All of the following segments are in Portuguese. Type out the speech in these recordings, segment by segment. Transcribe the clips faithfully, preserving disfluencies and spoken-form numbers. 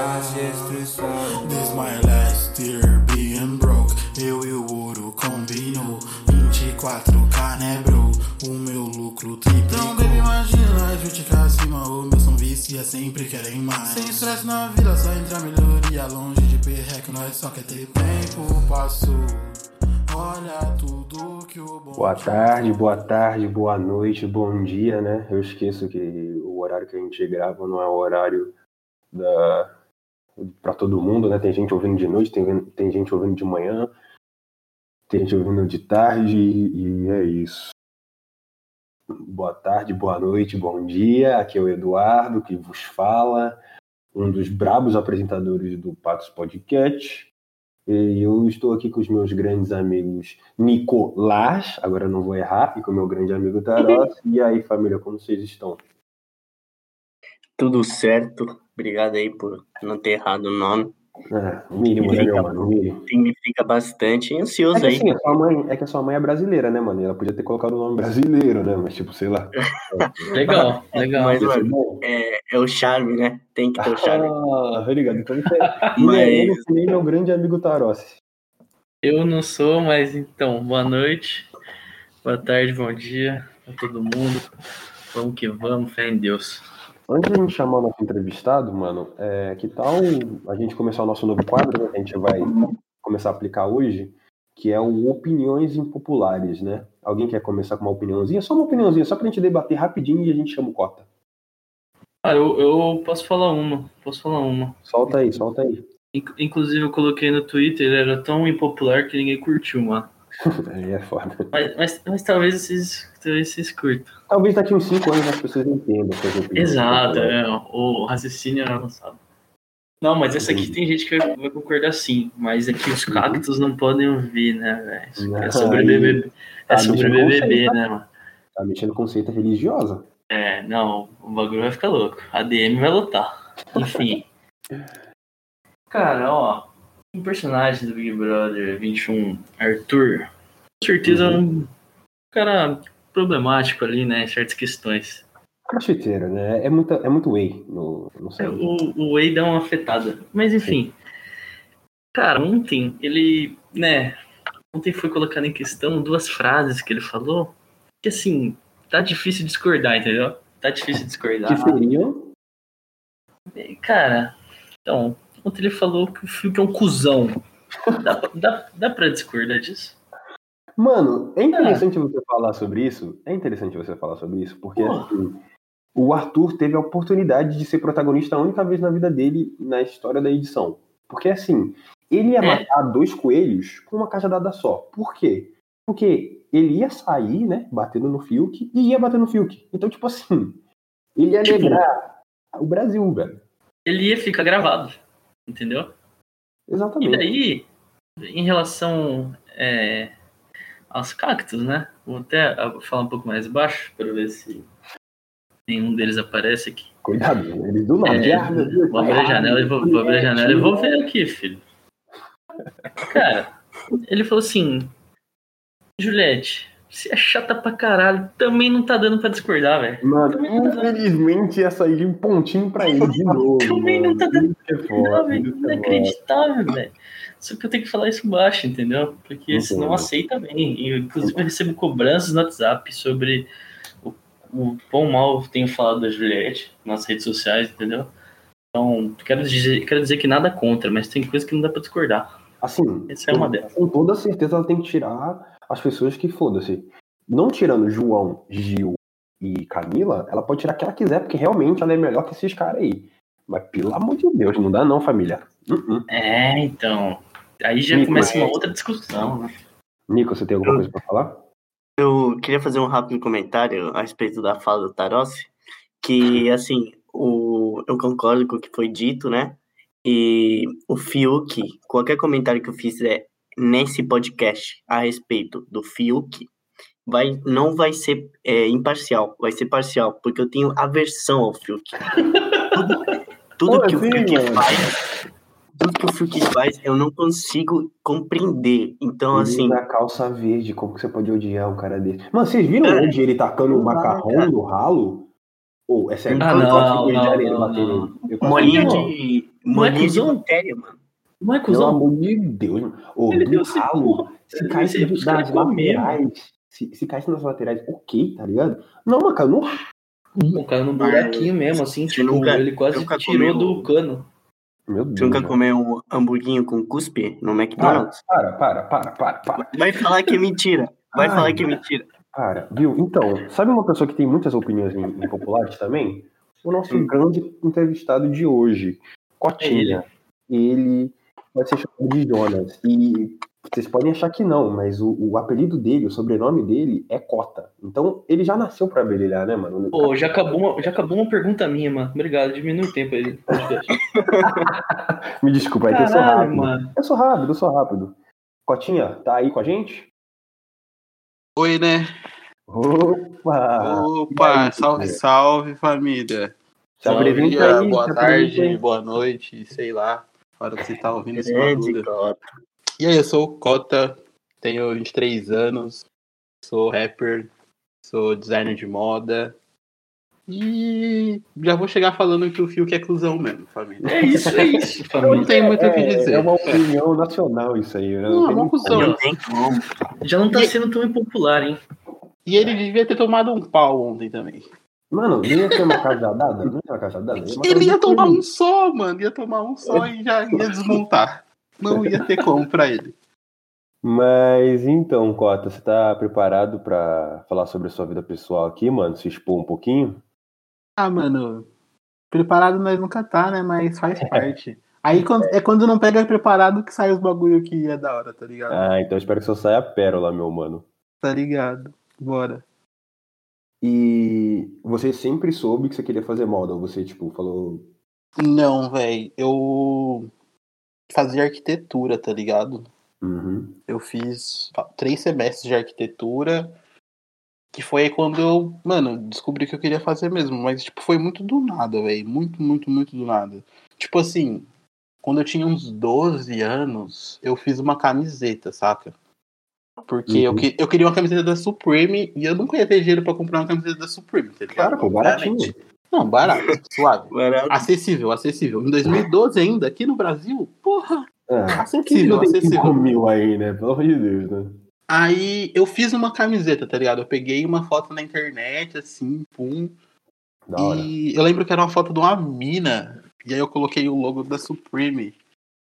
estresse e estressado. This my last year being broke. Eu e o ouro combinou. vinte e quatro K, né, bro? O meu lucro triplicou. Então, baby, imagina, chute cá acima. O meu som vicia, sempre querem mais. Sem estresse na vida, só entra melhoria. Longe de perreco, nós só quer ter tempo. Passou. Olha tudo que o bom. Boa tarde, boa tarde, boa noite, bom dia, né? Eu esqueço que o horário que a gente grava não é o horário da... para todo mundo, né? Tem gente ouvindo de noite, tem, tem gente ouvindo de manhã, tem gente ouvindo de tarde e é isso. Boa tarde, boa noite, bom dia. Aqui é o Eduardo que vos fala, um dos brabos apresentadores do Patos Podcast. E eu estou aqui com os meus grandes amigos Nicolás, agora eu não vou errar, e com o meu grande amigo Taros. E aí, família, como vocês estão? Tudo certo. Obrigado aí por não ter errado o nome. É, o mínimo, né, meu mano? O mínimo. Significa bastante. Ansioso É que, aí. assim, a sua mãe, é que a sua mãe é brasileira, né, mano? Ela podia ter colocado o nome brasileiro, né? Mas, tipo, sei lá. Legal, legal. Mas, mano, é, é o charme, né? Tem que ter o charme. Ah, obrigado. Então, isso é... Mas... ele é meu grande amigo Taros. Eu não sou, mas então, boa noite, boa tarde, bom dia a todo mundo. Vamos que vamos, fé em Deus. Antes de a gente chamar o nosso entrevistado, mano, é, que tal a gente começar o nosso novo quadro, né, que a gente vai começar a aplicar hoje, que é o Opiniões Impopulares, né? Alguém quer começar com uma opiniãozinha? Só uma opiniãozinha, só pra gente debater rapidinho e a gente chama o Cota. Ah, eu, eu posso falar uma, posso falar uma. Solta aí, solta aí. Inclusive eu coloquei no Twitter, ele era tão impopular que ninguém curtiu, mano. Aí é foda. Mas, mas, mas talvez vocês, talvez vocês curtam. Talvez daqui uns cinco anos as pessoas entendam. Exato, é, o raciocínio era avançado. Não, mas essa aqui tem gente que vai, vai concordar sim, mas é que os cactos não podem ouvir, né, velho? É sobre B B B, é sobre B B B, né, mano? Tá mexendo com seita religiosa. É, não, o bagulho vai ficar louco. A D M vai lotar. Enfim. Cara, ó, um personagem do Big Brother vinte e um, Arthur, com certeza uhum. é um cara problemático ali, né, em certas questões. Crossfiteiro, né? É, muita, é muito whey no, no é, o, o whey dá uma afetada. Mas enfim. Sim. Cara, ontem ele, né, ontem foi colocado em questão duas frases que ele falou que, assim, tá difícil discordar, entendeu? Tá difícil discordar. Que seriam? Cara, então, ontem ele falou que o Fiuk é um cuzão. Dá, dá, dá pra discordar disso? Mano, é interessante ah. você falar sobre isso. É interessante você falar sobre isso, porque assim, o Arthur teve a oportunidade de ser protagonista a única vez na vida dele na história da edição. Porque assim, ele ia é. matar dois coelhos com uma cajadada só. Por quê? Porque ele ia sair, né, batendo no Fiuk e ia bater no Fiuk. Então, tipo assim, ele ia tipo, negrar o Brasil, velho. Ele ia ficar gravado, entendeu? Exatamente. E daí, em relação é, aos cactos, né? Vou até falar um pouco mais baixo para ver se nenhum deles aparece aqui. Cuidado, eles do nada. É, vou abrir a janela e vou, vou abrir a janela e vou ver aqui, filho. Cara, ele falou assim: Juliette, você é chata pra caralho, também não tá dando pra discordar, velho. Mano, infelizmente ia sair de um pontinho pra ele de novo. Também mano. não tá dando pra discordar, velho. Inacreditável, velho. Só que eu tenho que falar isso baixo, entendeu? Porque Entendo. senão aceita bem. E, inclusive eu recebo cobranças no WhatsApp sobre o, o quão mal eu tenho falado da Juliette nas redes sociais, entendeu? Então, quero dizer, quero dizer que nada contra, mas tem coisa que não dá pra discordar. Assim, essa é uma delas. Com toda certeza ela tem que tirar as pessoas que foda-se. Não tirando João, Gil e Camila, ela pode tirar o que ela quiser, porque realmente ela é melhor que esses caras aí. Mas pelo amor de Deus, não dá não, família. Uh-uh. É, então. Aí já Nico, começa uma é... outra discussão, né? Nico, você tem alguma coisa pra falar? Eu queria fazer um rápido comentário a respeito da fala do Tarossi, que, assim, o... eu concordo com o que foi dito, né? E o Fiuk, qualquer comentário que eu fizer nesse podcast a respeito do Fiuk, vai, não vai ser é, imparcial, vai ser parcial, porque eu tenho aversão ao Fiuk. Tudo, tudo Pô, que assim, o Fiuk mano. faz, tudo que o Fiuk faz, eu não consigo compreender. Então, ele assim... na calça verde, como que você pode odiar um cara desse? Mano, vocês viram é, onde ele tacando o um macarrão cara. no ralo? Ou, oh, é sério, ah, eu não, gosto de não, areia não, bater não. nele. Molinho de, Não é Mania de cuzão? bactéria, mano. Não é Pelo cuzão? amor de Deus, mano. Ô, Ele do deu esse ralo, porra. se caísse Esse- de- os caras das comer, laterais, se, se caísse nas laterais, ok, tá ligado? Não, mano, cara, não. O cara no buraquinho mesmo, assim, Você tipo, nunca- ele quase nunca tirou comeu- do cano. Meu Você Deus, nunca mano. comeu um hamburguinho com cuspe no Para, McDonald's? para, para, para, para, para. Vai falar que é mentira. Vai Ai. falar que é mentira. Para, viu? Então, sabe uma pessoa que tem muitas opiniões impopulares também? O nosso Hum. grande entrevistado de hoje, Cotinha. Ele vai ser chamado de Jonas. E vocês podem achar que não, mas o, o apelido dele, o sobrenome dele é Cota. Então, ele já nasceu pra brilhar, né, mano? Pô, já acabou, uma, já acabou uma pergunta minha, mano. Obrigado, diminui o tempo aí do podcast. Me desculpa, é que eu sou Caralho, rápido. mano. Eu sou rápido, eu sou rápido. Cotinha, tá aí com a gente? Oi, né? Opa! Opa, E aí, salve, Cotinha? salve, família. Se Bom apresenta dia, aí, boa se tarde, apresenta aí. boa noite, sei lá, a hora que você tá ouvindo esse Grande bagulho. Cota. E aí, eu sou o Cota, tenho vinte e três anos, sou rapper, sou designer de moda. E já vou chegar falando que o Fiuk é cuzão mesmo, família. É isso, é isso, Não família. tem muito o que É, dizer. é uma opinião nacional isso aí, né? Não, tem é uma nem opção. como. Não tem como. Já não tá E- sendo tão impopular, hein? E ele devia ter tomado um pau ontem também. Mano, não ia ter uma cajadada? Não ia ter uma cajadada? Ia uma Ele ia cajadada tomar dele. um só, mano. Ia tomar um só e já ia desmontar. Não ia ter como pra ele. Mas então, Cota, você tá preparado pra falar sobre a sua vida pessoal aqui, mano? Se expor um pouquinho? Ah, mano. Preparado nós nunca tá, né? Mas faz parte. Aí quando- é quando não pega preparado que sai os bagulho que é da hora, tá ligado? Ah, então espero que só saia a pérola, meu mano. Tá ligado. Bora. E você sempre soube que você queria fazer moda? Ou você, tipo, falou... Não, velho. Eu fazia arquitetura, tá ligado? Uhum. Eu fiz três semestres de arquitetura. Que foi aí quando eu, mano, descobri que eu queria fazer mesmo. Mas, tipo, foi muito do nada, velho. Muito, muito, muito do nada. Tipo assim, quando eu tinha uns doze anos, eu fiz uma camiseta, saca? Porque eu, Uhum. que, eu queria uma camiseta da Supreme e eu nunca ia ter dinheiro pra comprar uma camiseta da Supreme, tá ligado? Claro, pô, baratinho. Obviamente. Não, barato, suave. Barato. Acessível, acessível. Em dois mil e doze ainda, aqui no Brasil, porra, Ah, acessível, quem não tem acessível. cinco mil aí, né? Pelo amor de Deus, né? Aí eu fiz uma camiseta, tá ligado? Eu peguei uma foto na internet, assim, pum. Da hora. E eu lembro que era uma foto de uma mina. E aí eu coloquei o logo da Supreme.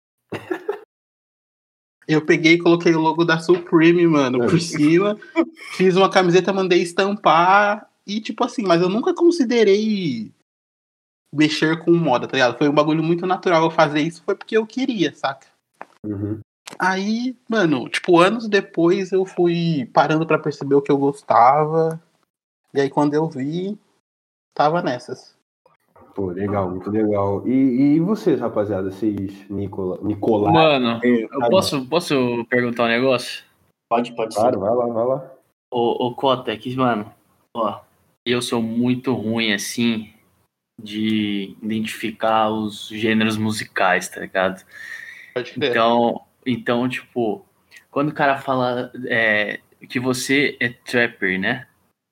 Eu peguei e coloquei o logo da Supreme, mano, por cima. Fiz uma camiseta, mandei estampar. E tipo assim, mas eu nunca considerei mexer com moda, tá ligado? Foi um bagulho muito natural eu fazer isso, foi porque eu queria, saca? Uhum. Aí, mano, tipo, anos depois eu fui parando pra perceber o que eu gostava. E aí quando eu vi, tava nessas. Pô, legal, muito legal. E, e vocês, rapaziada, vocês, Nicola, Nicolai? Mano, Eu- eu posso, posso perguntar um negócio? Pode, pode ser. Claro, vai lá, vai lá. Ô, ô Cota, é que, mano, ó, eu sou muito ruim, assim, de identificar os gêneros musicais, tá ligado? Pode crer. Então, então tipo, quando o cara fala é, que você é trapper, né?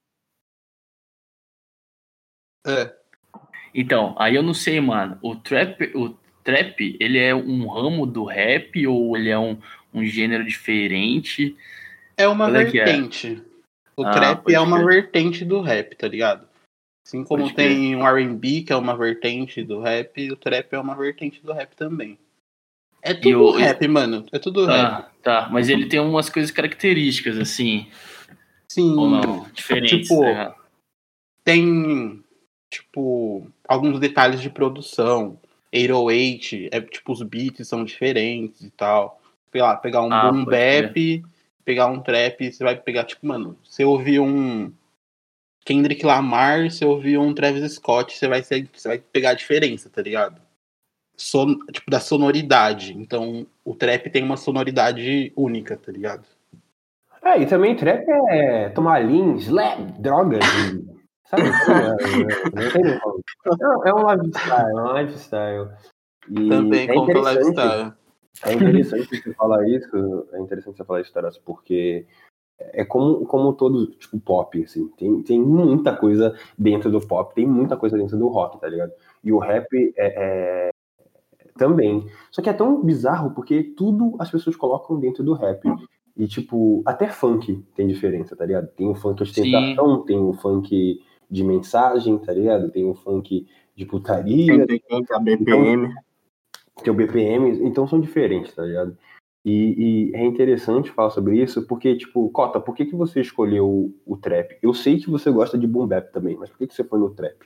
É. Então, aí eu não sei, mano, o trap, o trap, ele é um ramo do rap ou ele é um, um gênero diferente? É uma Qual é que é? vertente. O Ah, trap pode é uma crer. vertente do rap, tá ligado? Assim como Pode crer. tem um R and B, que é uma vertente do rap, o trap é uma vertente do rap também. É tudo o- rap, mano. É tudo rap. Ah, tá, mas ele tem umas coisas características, assim, Sim. ou não? Diferentes, Tipo, tá ligado? tem, tipo, alguns detalhes de produção. oito oh oito, é, tipo, os beats são diferentes e tal. Sei lá, pegar um Ah, boom pode bap, pegar um trap, você vai pegar, tipo, mano, você ouvir um Kendrick Lamar, você ouvir um Travis Scott, você vai, ser, você vai pegar a diferença, tá ligado? Son, tipo, da sonoridade. Então, o trap tem uma sonoridade única, tá ligado? É, e também trap é tomar lean, slap, drogas, e, sabe? Não tem nem como. Não, é um lifestyle, é um lifestyle. E Também é conta o interessante, lifestyle. é interessante você falar isso, é interessante você falar isso, Taras, porque é como, como todo, tipo, pop, assim, tem, tem muita coisa dentro do pop, tem muita coisa dentro do rock, tá ligado? E o rap é, é Também. Só que é tão bizarro porque tudo as pessoas colocam dentro do rap. E, tipo, até funk tem diferença, tá ligado? Tem o funk ostentação, tem o funk de mensagem, tá ligado? Tem o funk de putaria. cento e oitenta B P M. Então, tem o B P M, então são diferentes, tá ligado? E, e é interessante falar sobre isso porque, tipo, Cota, por que, que você escolheu o, o trap? Eu sei que você gosta de boom bap também, mas por que, que você foi no trap?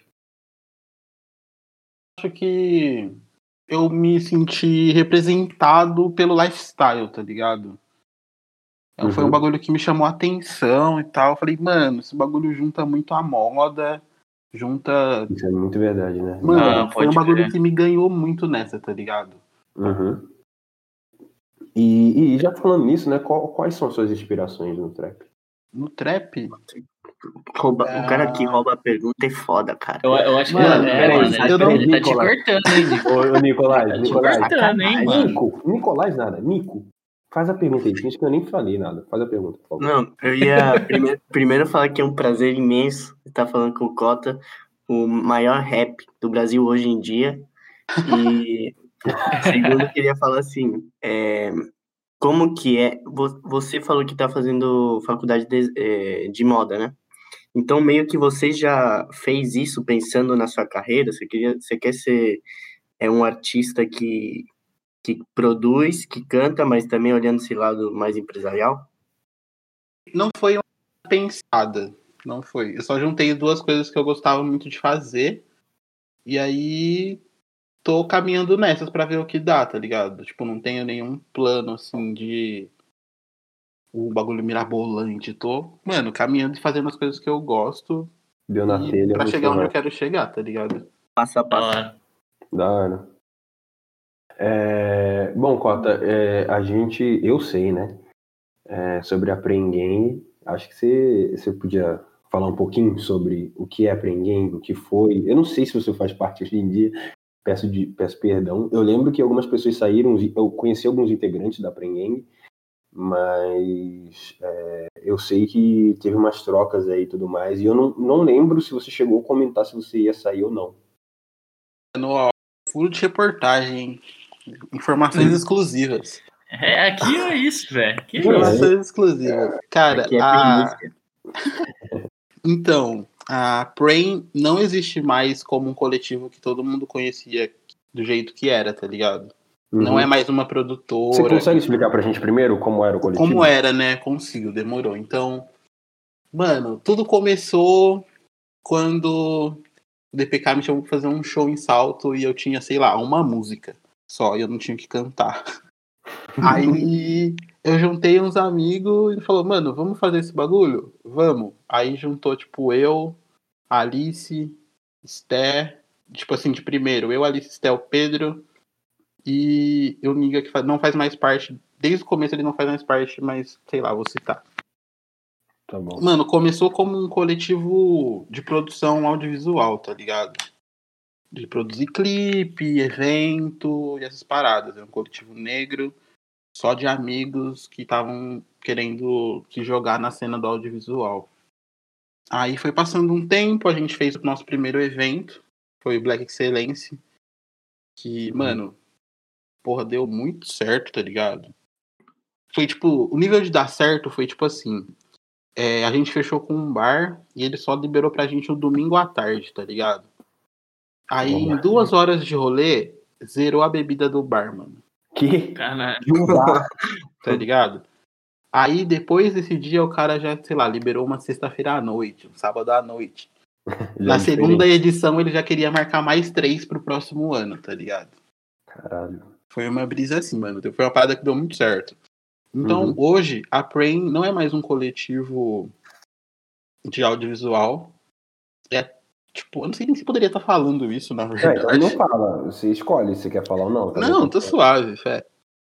Acho que eu me senti representado pelo lifestyle, tá ligado? Uhum. Foi um bagulho que me chamou a atenção e tal. Eu falei, mano, esse bagulho junta muito a moda, junta... Isso é muito verdade, né? Mano, ah, foi um bagulho ver. que me ganhou muito nessa, tá ligado? Uhum. E, e já falando nisso, né, qual, quais são as suas inspirações no trap? No trap? Rouba, ah... O cara que rouba a pergunta é foda, cara. Eu, eu acho que mano, é, peraí, mano, eu não... ele tá te cortando, hein, Nico? Ô, Nicolás, tá Nicolás. Te cortando, hein, mano? Nico, Nicolás nada. Nico, faz a pergunta aí. Acho que eu nem falei nada. Faz a pergunta, por favor. Não, eu ia primeiro, primeiro falar que é um prazer imenso estar falando com o Cota, o maior rap do Brasil hoje em dia. E segundo, eu queria falar assim, é, como que é... Você falou que tá fazendo faculdade de, é, de moda, né? Então, meio que você já fez isso pensando na sua carreira? Você, queria, você quer ser é, um artista que, que produz, que canta, mas também olhando esse lado mais empresarial? Não foi uma pensada, não foi. Eu só juntei duas coisas que eu gostava muito de fazer, e aí tô caminhando nessas pra ver o que dá, tá ligado? Tipo, não tenho nenhum plano, assim, de... o bagulho mirabolante. Tô, mano, caminhando e fazendo as coisas que eu gosto. Deu na e telha. Pra chegar onde vai. Eu quero chegar, tá ligado? Passo a passo. Da hora. É, bom, Cota, é, a gente, eu sei, né, é, sobre a Prengame. Acho que você, você podia falar um pouquinho sobre o que é a Prengame, o que foi. Eu não sei se você faz parte hoje em dia, peço, de, peço perdão. Eu lembro que algumas pessoas saíram, eu conheci alguns integrantes da Prengame, mas é, eu sei que teve umas trocas aí e tudo mais, e eu não, não lembro se você chegou a comentar se você ia sair ou não. No furo de reportagem, informações exclusivas. É, aqui é isso, velho. Informações é. exclusivas. Cara, aqui é a... Então, a Prem não existe mais como um coletivo que todo mundo conhecia do jeito que era, tá ligado? Uhum. Não é mais uma produtora. Você consegue explicar pra gente primeiro como era o coletivo? Como era, né? Consigo, demorou. Então, mano, tudo começou quando o D P K me chamou pra fazer um show em Salto e eu tinha, sei lá, uma música só, e eu não tinha que cantar. Aí eu juntei uns amigos e ele falou, mano, vamos fazer esse bagulho? Vamos. Aí juntou, tipo, eu, Alice, Sté, tipo assim, de primeiro, eu, Alice, Sté, o Pedro e o Niga, que não faz mais parte, desde o começo ele não faz mais parte, mas, sei lá, vou citar. Tá bom. Mano, começou como um coletivo de produção audiovisual, tá ligado? De produzir clipe, evento e essas paradas. É um coletivo negro, só de amigos que estavam querendo se jogar na cena do audiovisual. Aí foi passando um tempo, a gente fez o nosso primeiro evento, foi o Black Excellence, que, uhum. mano, porra, deu muito certo, tá ligado? Foi tipo, o nível de dar certo foi tipo assim, é, a gente fechou com um bar e ele só liberou pra gente no domingo à tarde, tá ligado? Aí, em duas horas de rolê, zerou a bebida do bar, mano. Que? Caralho. Tá ligado? Aí, depois desse dia, o cara já, sei lá, liberou uma sexta-feira à noite, um sábado à noite. Na segunda edição, ele já queria marcar mais três pro próximo ano, tá ligado? Caralho. Foi uma brisa assim, mano. Foi uma parada que deu muito certo. Então, uhum. hoje, a Prem não é mais um coletivo de audiovisual. É, tipo, eu não sei nem se poderia estar falando isso, na verdade. É, então não fala. Você escolhe se quer falar ou não. Tá não, tô suave, fé.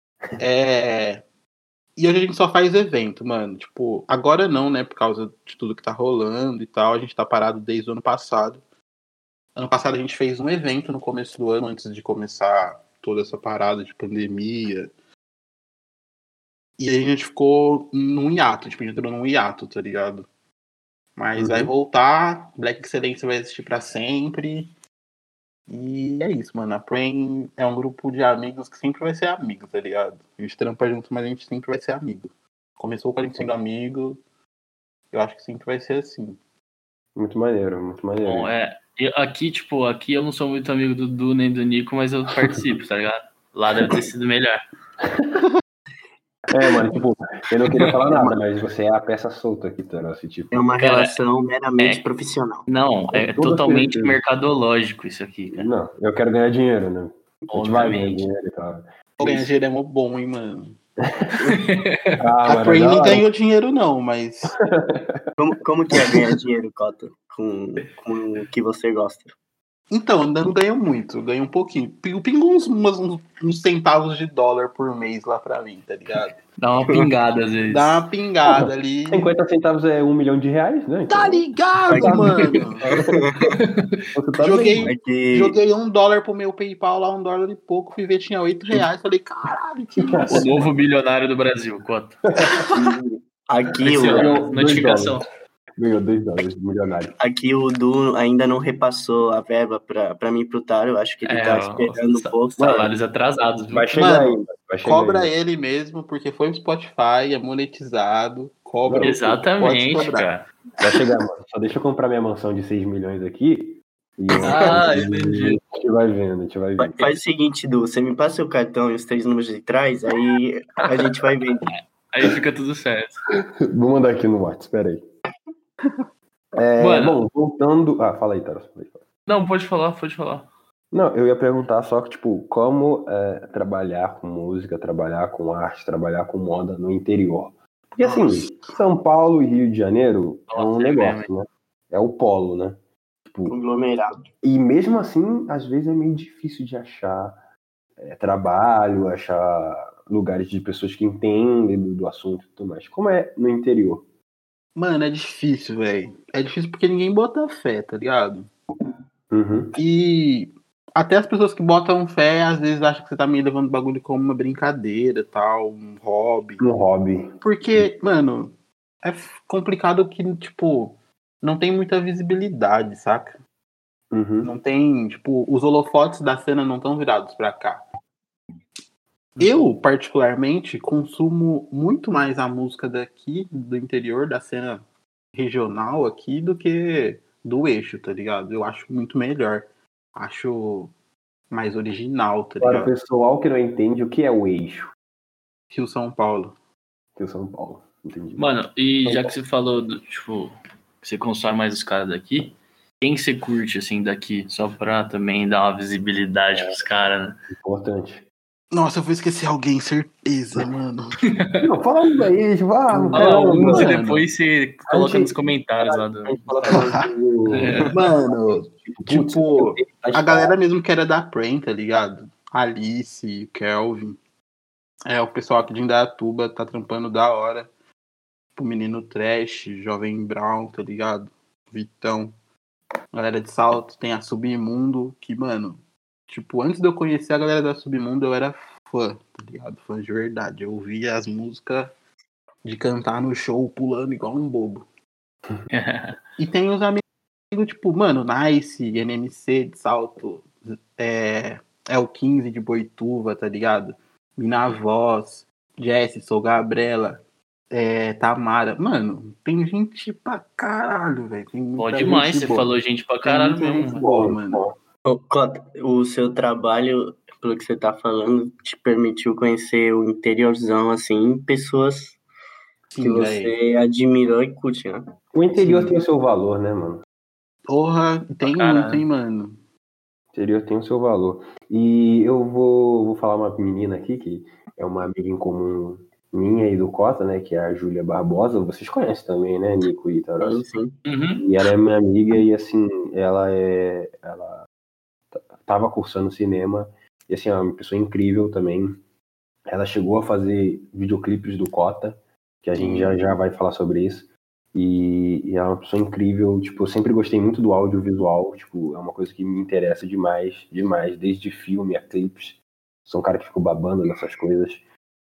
É... E hoje a gente só faz evento, mano. Tipo, agora não, né? Por causa de tudo que tá rolando e tal. A gente tá parado desde o ano passado. Ano passado a gente fez um evento no começo do ano, antes de começar toda essa parada de pandemia. E aí a gente ficou num hiato, tipo, a gente entrou num hiato, tá ligado? Mas uhum. vai voltar, Black Excellence vai existir pra sempre. E é isso, mano. A Prem é um grupo de amigos que sempre vai ser amigo, tá ligado? A gente trampa junto, mas a gente sempre vai ser amigo. Começou com a gente sendo amigo, eu acho que sempre vai ser assim. Muito maneiro, muito maneiro. Bom, é, eu- aqui, tipo, aqui eu não sou muito amigo do Du nem do Nico, mas eu participo, tá ligado? Lá deve ter sido melhor. É, mano, tipo, eu não queria falar nada, mas você é a peça solta aqui, Tarossi, tipo. É uma Cara, relação meramente é- profissional. Não, é Com toda totalmente certeza. mercadológico isso aqui, cara. Não, eu quero ganhar dinheiro, né? A gente vai ganhar Obviamente. dinheiro e tal. O ganhar dinheiro é mó bom, hein, mano. Ah, A mano, Prem da não hora. ganhou dinheiro, não, mas. Como, como que é ganhar dinheiro, Cota, com, com o que você gosta? Então, ainda não ganho muito, ganho um pouquinho. Eu pingo uns, umas- uns, uns centavos de dólar por mês lá pra mim, tá ligado? Dá uma pingada às vezes. Dá uma pingada ali. cinquenta centavos é um milhão de reais, né? Tá Então, ligado, Tá mano? você tá Joguei- bem. É que Joguei um dólar pro meu PayPal lá, um dólar e pouco, fui ver, tinha oito reais. Falei, caralho, que O isso? novo bilionário do Brasil, Cota. aqui Apareceu o, lá, dois notificação. Ganhou dois dólares, milionário. aqui o Du ainda não repassou a verba pra, pra mim e pro Taro. Eu acho que ele É, tá ó, esperando os um pouco. salários atrasados, viu? Vai chegar Mano, ainda. Vai chegar Cobra ainda. ele mesmo, porque foi no Spotify, é monetizado. Cobra. Não, pode Exatamente, cobrar. cara. Vai chegar, mano. Só deixa eu comprar minha mansão de seis milhões aqui. E Ah, e entendi. a gente vai vendo, a gente vai Fa- vendo. Faz o seguinte, Du, você me passa o cartão e os três números de trás, aí a gente vai vendo. Aí fica tudo certo. Vou mandar aqui no WhatsApp, espera aí. É, Mano. bom, voltando. Ah, fala aí, Taros. Não, pode falar, pode falar. Não, eu ia perguntar só que, tipo, como é, trabalhar com música, trabalhar com arte, trabalhar com moda no interior. Porque, assim, São Paulo e Rio de Janeiro é um Nossa, é negócio, né? É o polo, né? Tipo, Conglomerado. e mesmo assim, às vezes é meio difícil de achar é, trabalho, achar lugares de pessoas que entendem do, do assunto e tudo mais. Como é no interior? Mano, é difícil, velho. É difícil porque ninguém bota fé, tá ligado? Uhum. E até as pessoas que botam fé, às vezes acham que você tá me levando o bagulho como uma brincadeira, tal, um hobby. Um hobby. Porque, mano, é f- complicado que, tipo, não tem muita visibilidade, saca? Uhum. Não tem, tipo, os holofotes da cena não estão virados pra cá. Eu, particularmente, consumo muito mais a música daqui, do interior, da cena regional aqui, do que do eixo, tá ligado? Eu acho muito melhor. Acho mais original, tá Para o ligado? pessoal que não entende o que é o eixo, Rio São Paulo. que é o São Paulo. Entendi. Mano, e já que você falou, do, tipo, que você consome mais os caras daqui, quem você curte, assim, daqui? Só pra também dar uma visibilidade pros caras, né? Importante. Nossa, eu vou esquecer alguém, certeza, mano. Não, fala um aí, tipo, ah, Fala Fala caramba, uns e mano. depois você coloca gente- nos comentários lá do... A gente coloca no- É. Mano, Tipo, tipo, putz, a galera mesmo que era da Prem, tá ligado? Alice, Kelvin. É, o pessoal aqui de Indaiatuba tá trampando da hora. O Menino Trash, Jovem Brown, tá ligado? Vitão. Galera de Salto, tem a Submundo, que, mano, tipo, antes de eu conhecer a galera da Submundo, eu era fã, tá ligado? Fã de verdade. Eu ouvia as músicas de cantar no show, pulando igual um bobo. E tem os amigos, tipo, mano, Nice, N M C de Salto, é, é o quinze de Boituva, tá ligado? Mina Voz, Jesse, Sou Gabriela, é, Tamara. Mano, tem gente pra caralho, velho. Tem muita Pode demais, gente você boa. falou gente pra Tem caralho muita mesmo. gente Mano. boa, mano. Ô, Cota, o seu trabalho, pelo que você tá falando, te permitiu conhecer o interiorzão, assim, pessoas que Sim, velho. você admirou e curte, né? O interior Sim. tem o seu valor, né, mano? Porra, tem caralho. muito, hein, mano. O interior tem o seu valor. E eu vou, vou falar uma menina aqui, que é uma amiga em comum minha e do Cota, né, que é a Júlia Barbosa. Vocês conhecem também, né, Nico e Sim, Tarossi? sim. Uhum. E ela é minha amiga e, assim, ela é... Ela t- tava cursando cinema e, assim, é uma pessoa incrível também. Ela chegou a fazer videoclipes do Cota, que a gente já, já vai falar sobre isso. E, e ela é uma pessoa incrível, tipo, eu sempre gostei muito do audiovisual, tipo, é uma coisa que me interessa demais, demais, desde filme a clipes. Sou um cara que ficou babando nessas coisas.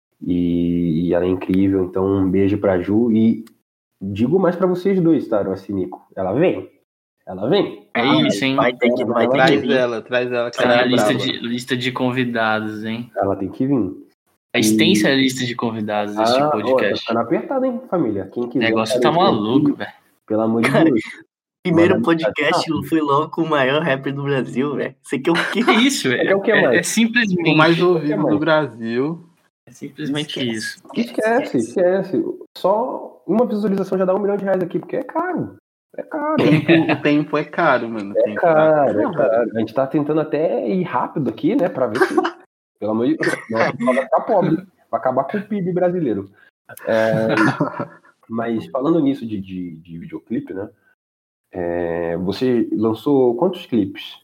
E, e ela é incrível, então um beijo pra Ju. E digo mais pra vocês dois, tá, Rossi e Nico? Ela vem. Ela vem. É Ah, isso, hein? Vai ter que, vai ter que Traz vir. ela, traz ela. Que Será ela a é lista brava. de, lista de convidados, hein? Ela tem que vir. A extensa lista de convidados deste Ah, ó, tá podcast. ficando apertado, hein, família? Quem O quiser. negócio tá aparecer maluco, aqui, velho. Pelo amor de Cara, Deus. Primeiro Manda podcast mensagem. foi logo com o maior rapper do Brasil, velho. Você quer o quê? Que isso, Quer velho? o que É, mais? é simplesmente, O mais ouvido mais? do Brasil. é simplesmente Esquece. isso. Esquece, esquece. Só uma visualização já dá um milhão de reais aqui, porque é caro. É caro. Tempo, o tempo é caro, mano. O É tempo caro, é caro. A gente tá tentando até ir rápido aqui, né? Pra ver se. Pelo amor de Deus, não, o pessoal vai ficar pobre. Vai acabar com o P I B brasileiro. É, mas falando nisso de, de, de videoclipe, né? É, você lançou quantos clipes?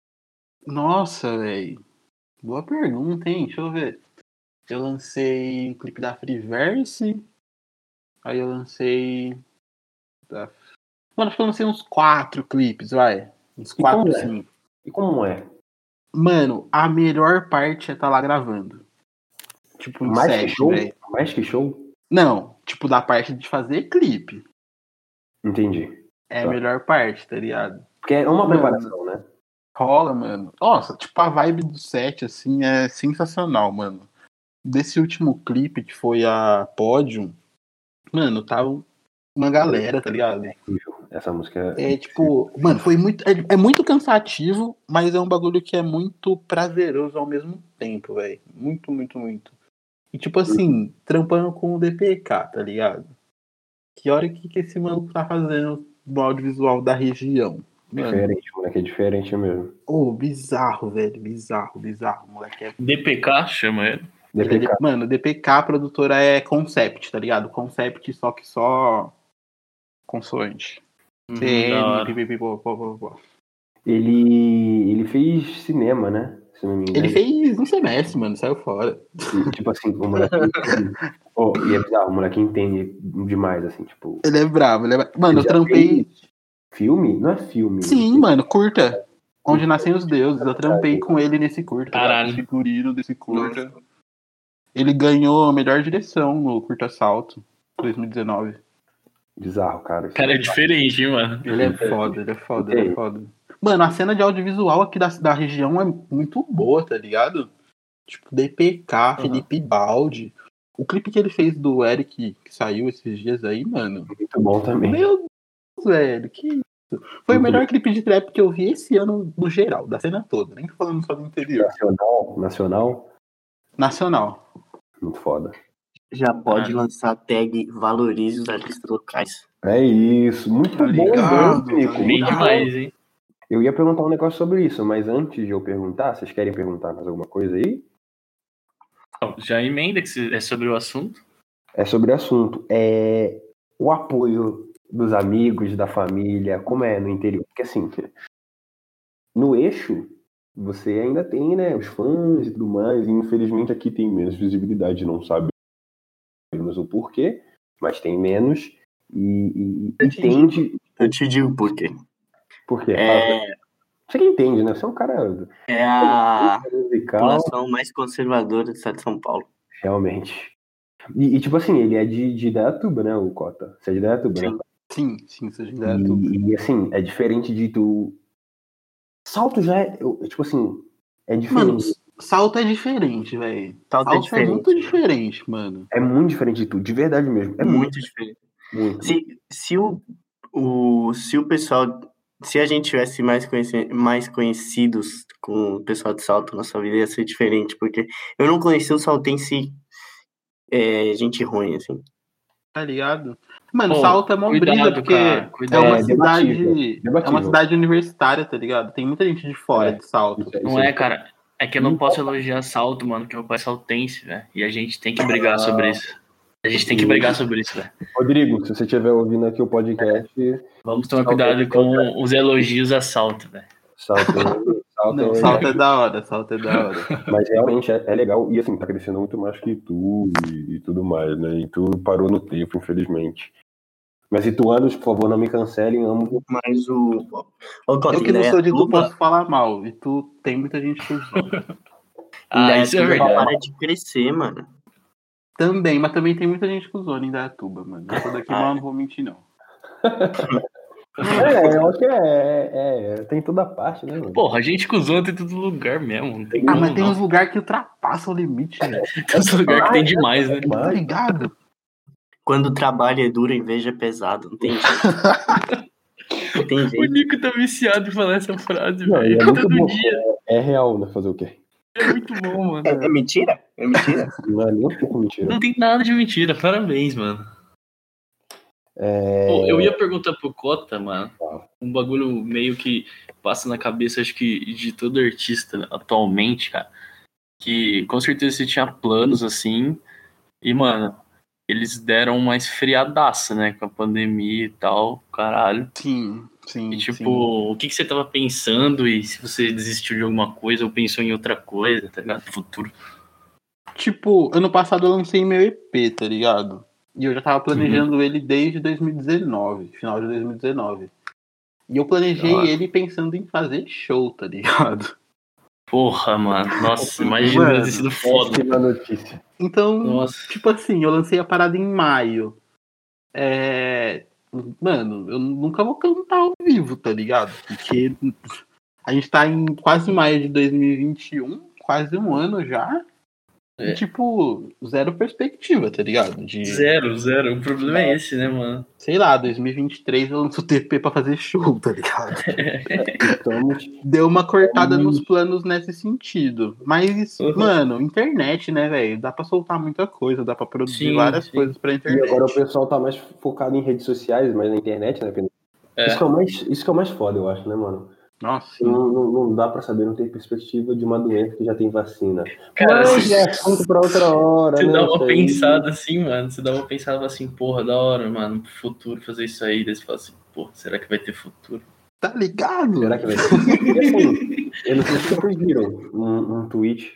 Nossa, velho. Boa pergunta, hein? Deixa eu ver. Eu lancei um clipe da Freeverse. Aí eu lancei. Da... Mano, acho que eu lancei uns quatro clipes, vai. Uns E quatro, como é? cinco. E como é? Mano, a melhor parte é estar lá gravando. Tipo, um Mais que set, show? velho. Mais que show? Não, tipo, da parte de fazer clipe. Entendi. É Tá. a melhor parte, tá ligado? Porque é uma Mano. preparação, né? Rola, mano. Nossa, tipo, a vibe do set, assim, é sensacional, mano. Desse último clipe, que foi a Podium, mano, tava uma galera, tá ligado? Essa música é. É, tipo, mano, foi muito... É, é muito cansativo, mas é um bagulho que é muito prazeroso ao mesmo tempo, velho. Muito, muito, muito. E, tipo assim, trampando com o D P K, tá ligado? Que hora que, que esse maluco tá fazendo no audiovisual da região? Mano, Diferente, moleque, é diferente mesmo. ô, bizarro, velho. Bizarro, bizarro. Moleque é. D P K, chama ele. Ele é D P K. de- Mano, D P K, a produtora é Concept, tá ligado? Concept, só que só consoante. Uhum, C da M, hora. pipipi, pô, pô, pô, pô. Ele, ele fez cinema, né? Se não me engano. Ele fez um semestre, mano, saiu fora. E, tipo assim, o moleque entende. Oh, e é bizarro, o moleque entende demais, assim, tipo. Ele é bravo, ele é bravo. Mano, ele eu já trampei. fez Filme? Não é filme. Sim, mano, curta. Onde Nascem os Deuses. Eu trampei com ele nesse curta. tá ligado? Caralho. Esse figurino desse curta. Ele ganhou a melhor direção no Curta Salto, dois mil e dezenove. Bizarro, cara. Cara, é diferente, hein, mano. Ele é foda, ele é foda, ele é foda. Mano, a cena de audiovisual aqui da, da região é muito boa, tá ligado? Tipo, D P K, Uhum. Felipe Baldi. O clipe que ele fez do Eric, que saiu esses dias aí, mano. Muito bom também. Meu Deus, velho, que isso. Foi o Muito melhor clipe de trap que eu vi esse ano, no geral, da cena toda. Nem tô falando só do interior. Nacional, nacional, Nacional. muito foda. Já pode Ah. lançar a tag Valorize os artistas locais. É isso, muito Tá bom, ligado, bom, Nico, tá Bem muito bom. demais, hein? Eu ia perguntar um negócio sobre isso, mas antes de eu perguntar, vocês querem perguntar mais alguma coisa aí? Então, já emenda que se- é sobre o assunto. É sobre o assunto. É o apoio dos amigos, da família, como é no interior? Porque assim, no eixo, você ainda tem, né, os fãs e tudo mais, e infelizmente aqui tem menos visibilidade, não sabemos o porquê, mas tem menos, e, e- e entende Eu te digo por quê. por quê. É, Você que entende, né? Você é um cara é a musical, população mais conservadora do estado de São Paulo. realmente. E, e, tipo assim, ele é de, de Indaiatuba, né, o Cota? Você é de Indaiatuba, né? Sim, sim, seja ideia tudo. E, e, assim, é diferente de tu. Salto já é. eu- Tipo assim, é Mano, diferente. Salto é diferente, velho. Salto é Salto é diferente, muito né? diferente, mano. É muito diferente de tu, de verdade mesmo. É muito, Muito diferente. muito. Se, se, o, o, se o pessoal. Se a gente tivesse mais, conheci, mais conhecidos com o pessoal de Salto, nossa vida ia ser diferente, porque eu não conheci o saltense é, gente ruim, assim. Tá ligado? Mano, Pô, Salto é mó cuidado, brisa, porque cara, é cuidado. uma É, cidade. debatível, É uma debatível. cidade universitária, tá ligado? Tem muita gente de fora É, de Salto. Isso- Não isso é, cara. É que eu não Não posso elogiar Salto, mano, que meu pai é saltense, velho. E a gente tem que brigar sobre isso. A gente tem que brigar sobre isso, velho. Rodrigo, se você estiver ouvindo aqui o podcast, Vamos tomar Salto cuidado é com os elogios a Salto, velho. salto, salto Não, é- Salto é da hora, Salto é da hora. Mas realmente é, é legal. E assim, tá crescendo muito mais que tu e, e tudo mais, né? E tu parou no tempo, infelizmente. Mas ituanos, por favor, não me cancelem, amo. Mas o. O Cota, Eu que não sou de tu Indaiatuba- posso falar mal. E tu tem muita gente que usa. Ah, isso é Indaiatuba verdade. para de crescer, mano. Também, mas também tem muita gente que usou em Indaiatuba, mano. Eu sou daqui, Ah, mas é. eu não vou mentir, não. É, eu acho que é, é, é, tem toda parte, né, mano? Porra, a gente cuzão tem todo lugar mesmo. Não tem Ah, como, mas tem não. uns lugares que ultrapassam o limite, velho. Tem uns lugares que tem demais, né? Tá ligado? Quando o trabalho é duro, a inveja é pesado. Não tem jeito. Não tem O jeito. Nico tá viciado em falar essa frase, Não, velho. é muito Todo bom. dia. É, é real, né? Fazer o quê? É muito bom, mano. É, é mentira? É mentira? Não é nem um pouco mentira. Não tem nada de mentira. Parabéns, mano. É... Pô, eu ia perguntar pro Cota, mano, um bagulho meio que passa na cabeça, acho que de todo artista, né, atualmente, cara, que com certeza você tinha planos assim, e, mano, eles deram uma esfriadaça, né, com a pandemia e tal, caralho. Sim, sim. E, tipo, sim. o que, que você tava pensando e se você desistiu de alguma coisa ou pensou em outra coisa, tá ligado? No futuro. Tipo, ano passado eu lancei meu E P, tá ligado? E eu já tava planejando ele desde dois mil e dezenove, final de dois mil e dezenove. E eu planejei Nossa. ele pensando em fazer show, tá ligado? Porra, mano. Nossa, imagina Mano, ter sido foda. Péssima notícia. Então, Nossa. tipo assim, eu lancei a parada em maio. É... Mano, eu nunca vou cantar ao vivo, tá ligado? Porque a gente tá em quase maio de dois mil e vinte e um, quase um ano já. É. E, tipo, zero perspectiva, tá ligado? De, Zero, zero. O problema é esse, né, mano? sei lá, dois mil e vinte e três eu lanço o T P pra fazer show, tá ligado? Estamos... Deu uma cortada nos planos nesse sentido. Mas, Uhum. mano, internet, né, velho? Dá pra soltar muita coisa, dá pra produzir Sim, várias sim. coisas pra E internet. agora o pessoal tá mais focado em redes sociais, mas na internet, né? É. Isso, que é o mais, isso que é o mais foda, eu acho, né, mano? Nossa, sim. Não, não, não dá pra saber, não tem perspectiva de uma doença que já tem vacina. Cara, Mas você- é assunto pra outra hora, Você né? dá Isso uma aí. pensada assim, mano. Você dá uma pensada assim, porra, da hora, mano. Pro futuro fazer isso aí. Daí você fala assim, porra, será que vai ter futuro? Tá ligado? Será que vai ter? E assim, eu não sei se vocês viram um, um tweet.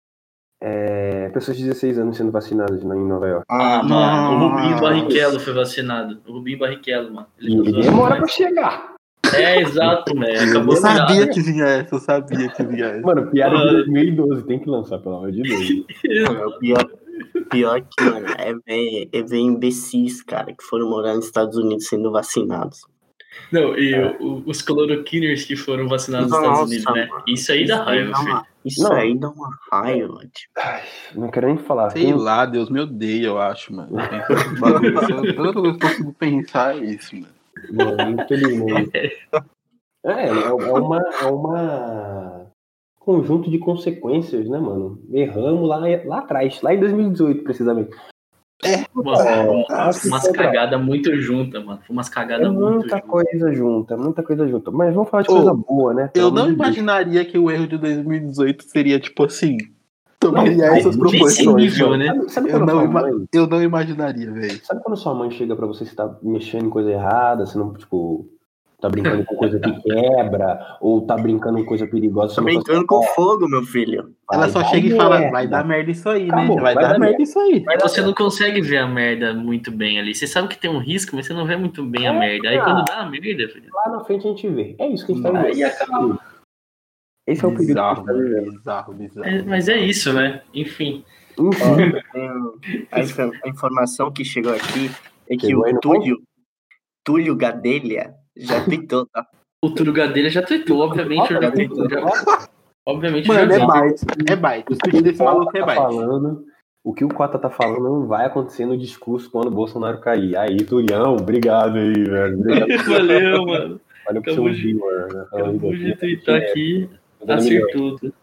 É, pessoas de dezesseis anos sendo vacinadas em Nova York. Ah, mano. O Rubinho Nossa. Barrichello foi vacinado. O Rubinho Barrichello, mano. E ele tá demora zoando pra demais. chegar. É, exato, né? Acabou Eu de dar. sabia que vinha essa, eu sabia que vinha essa. Mano, piada de Mano. dois mil e doze, tem que lançar, pelo amor de Deus. O pior, pior que, mano, é ver, é ver imbecis, cara, que foram morar nos Estados Unidos sendo vacinados. Não, e o- o- os cloroquiners que foram vacinados nos Estados Unidos, né? mano, Isso aí dá raiva, dá filho. uma, Isso Não. aí dá uma raiva, tipo. Ai, não quero nem falar. Sei Tem- lá, Deus me odeia, eu acho, mano. Pensando nesses bagulhos, Toda toda vez que eu consigo pensar é isso, mano. Mano, infelizmente. É, é, é uma, é uma conjunto de consequências, né, mano? Erramos lá, lá atrás, lá em dois mil e dezoito, precisamente. Mano, É, umas, acho que umas foi pra- cagadas muito juntas, mano. Foi umas É cagadas muito muita juntas. coisa junta, muita coisa junta. Mas vamos falar de Ô, coisa boa, né? Pelo Eu não amor de Deus. imaginaria que o erro de dois mil e dezoito seria, tipo assim, tomaria Não, essas nesse proporções. nível, mano. né? Sabe, sabe Eu quando não, sua ima- mãe, eu não imaginaria, velho. sabe quando sua mãe chega pra você, você tá mexendo em coisa errada, você não, tipo, tá brincando com coisa que quebra, ou tá brincando com coisa perigosa, você Tá não fala brincando com assim, fogo, meu filho. "Ó, Ela vai só dar chega e fala, merda." vai dar merda isso aí, Acabou, né? Vai, vai dar, dar merda merda. isso aí. Mas você não consegue ver a merda muito bem ali. Você sabe que tem um risco, mas você não vê muito bem a merda. Aí quando dá a merda, filho, Lá na frente a gente vê. É isso que a gente tá vivendo. aí acaba. Esse é o período que a Bizarro, gente tá mano. vivendo. Bizarro, bizarro. É, mas é isso, né? Enfim. Enfim, Tem- A, infor- a informação que chegou aqui é que Chegou aí o no Túlio, Túlio Gadelha já tweetou, tá? O Túlio Gadelha já tweetou, obviamente. Eu já, já, obviamente Mano, já é vi. byte. É byte. O tweet desse maluco é tá byte. falando, o que o Cota tá falando não vai acontecer no discurso quando o Bolsonaro cair. Aí, Tulião, obrigado aí, velho. Obrigado. Valeu, mano. Valeu por ser Acabou um de- viewer, né? Falando Acabou aí, de tweetar aqui, dando milhões. acertou tudo.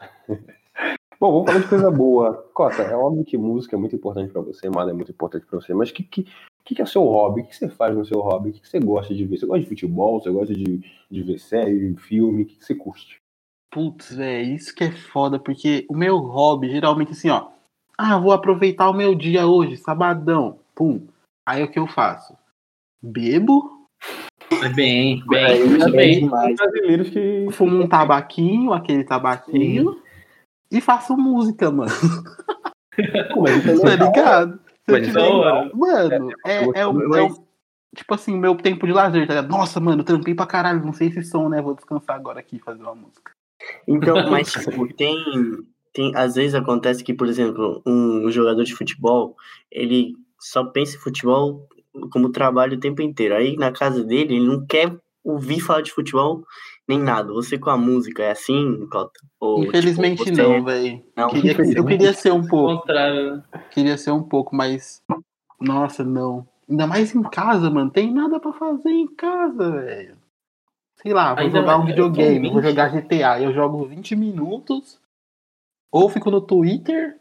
Bom, vamos falar de coisa boa. Cota, é óbvio que música é muito importante pra você, moda é muito importante pra você, mas o que, que, que, que é o seu hobby? O que você faz no seu hobby? O que, que você gosta de ver? Você gosta de futebol? Você gosta de, de ver série, filme? O que, que você curte? Putz, velho, isso que é foda, porque o meu hobby, geralmente assim, ó. Ah, vou aproveitar o meu dia hoje, sabadão. Pum. Aí o que eu faço? Bebo, Bem, bem, Aí, muito já bem. tem brasileiros que... fumo um tabaquinho, aquele tabaquinho, e faço música, mano. Pô, mas isso é Tá legal. ligado? Se eu Mas tiver- da hora. Mano, é, é, o, é o- tipo assim, o meu tempo de lazer, tá ligado? Nossa, mano, eu trampei pra caralho, não sei esse som, né? Vou descansar agora aqui e fazer uma música. Então, mas tipo, tem, tem. Às vezes acontece que, por exemplo, um jogador de futebol, ele só pensa em futebol como trabalho o tempo inteiro. Aí na casa dele, ele não quer ouvir falar de futebol nem nada. Você com a música é assim, Cota? Ou, Infelizmente tipo, você... não, velho. Não, Queria, eu queria ser um O pouco. contrário, né? Queria ser um pouco, mas. Nossa, não. Ainda mais em casa, mano. Tem nada pra fazer em casa, velho. Sei lá, vou Ainda jogar um mais- videogame, vou atualmente- jogar G T A. Eu jogo vinte minutos, ou fico no Twitter,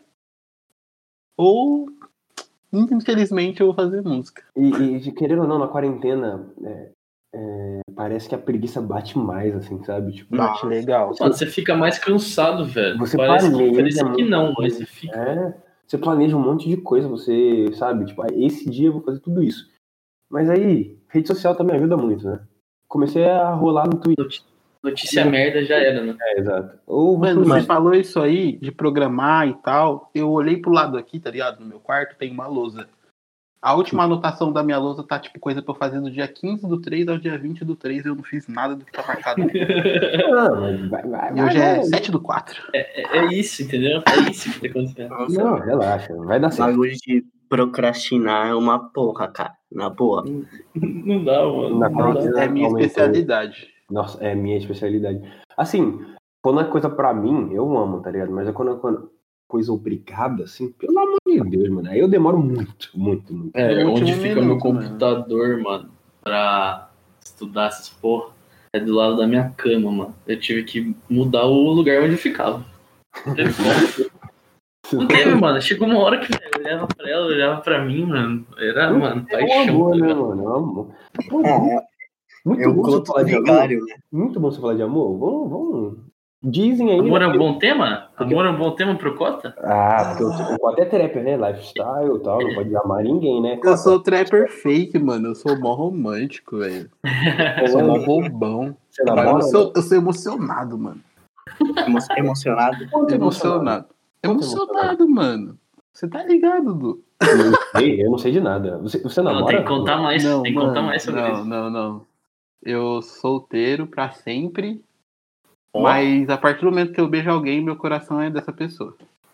ou. Infelizmente eu vou fazer música. E, e querendo ou não, na quarentena, é, é, parece que a preguiça bate mais, assim, sabe? Tipo, Bate legal. Mano, você fica mais cansado, velho. Você Parece que, planeja parece que muita não, mas coisa. você fica. É, você planeja um monte de coisa, você sabe, tipo, ah, esse dia eu vou fazer tudo isso. Mas aí, rede social também ajuda muito, né? Comecei a rolar no Twitter. Noti- Notícia merda já era, né? É, exato. Ou Mano, você você falou isso aí de programar e tal. Eu olhei pro lado aqui, tá ligado? No meu quarto tem uma lousa. A última anotação da minha lousa tá tipo coisa pra eu fazer do dia quinze do três ao dia vinte do três. Eu não fiz nada do que tá marcado aqui. Não, mas vai, vai, E vai, hoje é vai. sete do quatro. É, é isso, entendeu? É isso que tá acontecendo. Nossa, Não, relaxa, vai dar certo. bagulho de procrastinar é uma porra, cara. Na boa. Não dá, mano. Na Não quarentena dá. É minha aumentou. especialidade. Nossa, é minha especialidade. Assim, quando é coisa pra mim, eu amo, tá ligado? Mas é quando é quando- coisa obrigada, assim, pelo amor de Deus, mano. Aí eu demoro muito, muito, muito. É, No onde último fica meu minuto, né? computador, mano, pra estudar essas porra, é do lado da minha cama, mano. Eu tive que mudar o lugar onde eu ficava. Não teve como. Não teve, mano. Chegou uma hora que eu olhava pra ela, olhava pra mim, mano. Era, mano, É um paixão, amor, tá né, ligado? mano? É um amor. Pô, É, muito é o bom você conto falar do de amor. vigário, né? Muito bom você falar de amor. Vamos, vamos. Dizem aí. Amor é né, um que- bom tema? Amor é um bom tema pro Cota? Ah, porque o, o Cota é trapper, né? Lifestyle e tal, não pode amar ninguém, né? Eu Cota? sou trapper fake, mano. Eu sou mó romântico, velho. Eu sou mó bobão. Você Mas namora? eu sou, eu sou emocionado, mano. Emo- Emocionado. Quanto Emocionado. Quanto Emocionado, mano. Você tá ligado, Du? Eu não sei, eu não sei de nada. Você, você Não, namora? tem que contar mais. Não, tem que mano. contar mais sobre não, isso. não, não. Eu solteiro pra sempre. Ó. Mas a partir do momento que eu beijo alguém, meu coração é dessa pessoa.